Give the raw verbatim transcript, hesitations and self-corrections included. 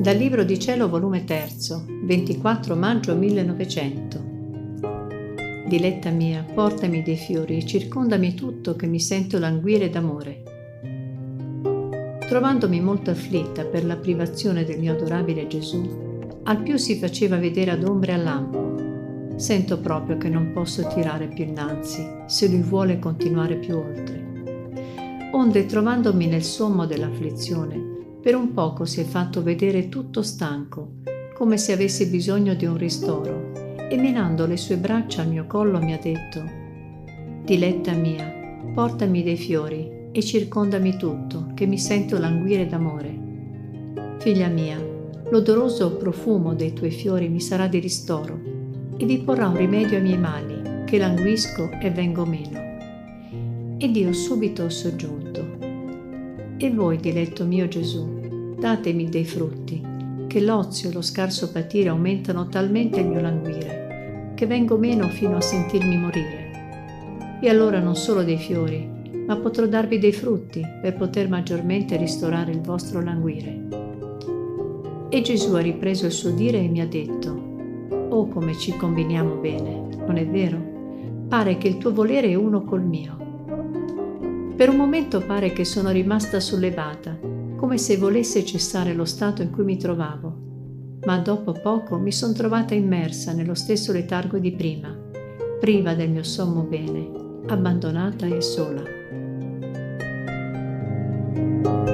Dal Libro di Cielo, volume tre, ventiquattro maggio millenovecento. Diletta mia, portami dei fiori e circondami tutto, che mi sento languire d'amore. Trovandomi molto afflitta per la privazione del mio adorabile Gesù, al più si faceva vedere ad ombre al lampo. Sento proprio che non posso tirare più innanzi, se lui vuole continuare più oltre. Onde, trovandomi nel sommo dell'afflizione, per un poco si è fatto vedere tutto stanco, come se avesse bisogno di un ristoro, e menando le sue braccia al mio collo mi ha detto: «Diletta mia, portami dei fiori e circondami tutto, che mi sento languire d'amore. Figlia mia, l'odoroso profumo dei tuoi fiori mi sarà di ristoro e vi porrà un rimedio ai miei mali, che languisco e vengo meno». Ed io subito ho soggiunto: «E voi, diletto mio Gesù, datemi dei frutti, che l'ozio e lo scarso patire aumentano talmente il mio languire, che vengo meno fino a sentirmi morire. E allora non solo dei fiori, ma potrò darvi dei frutti, per poter maggiormente ristorare il vostro languire». E Gesù ha ripreso il suo dire e mi ha detto: «Oh, come ci combiniamo bene, non è vero? Pare che il tuo volere è uno col mio». Per un momento pare che sono rimasta sollevata, come se volesse cessare lo stato in cui mi trovavo, ma dopo poco mi son trovata immersa nello stesso letargo di prima, priva del mio sommo bene, abbandonata e sola.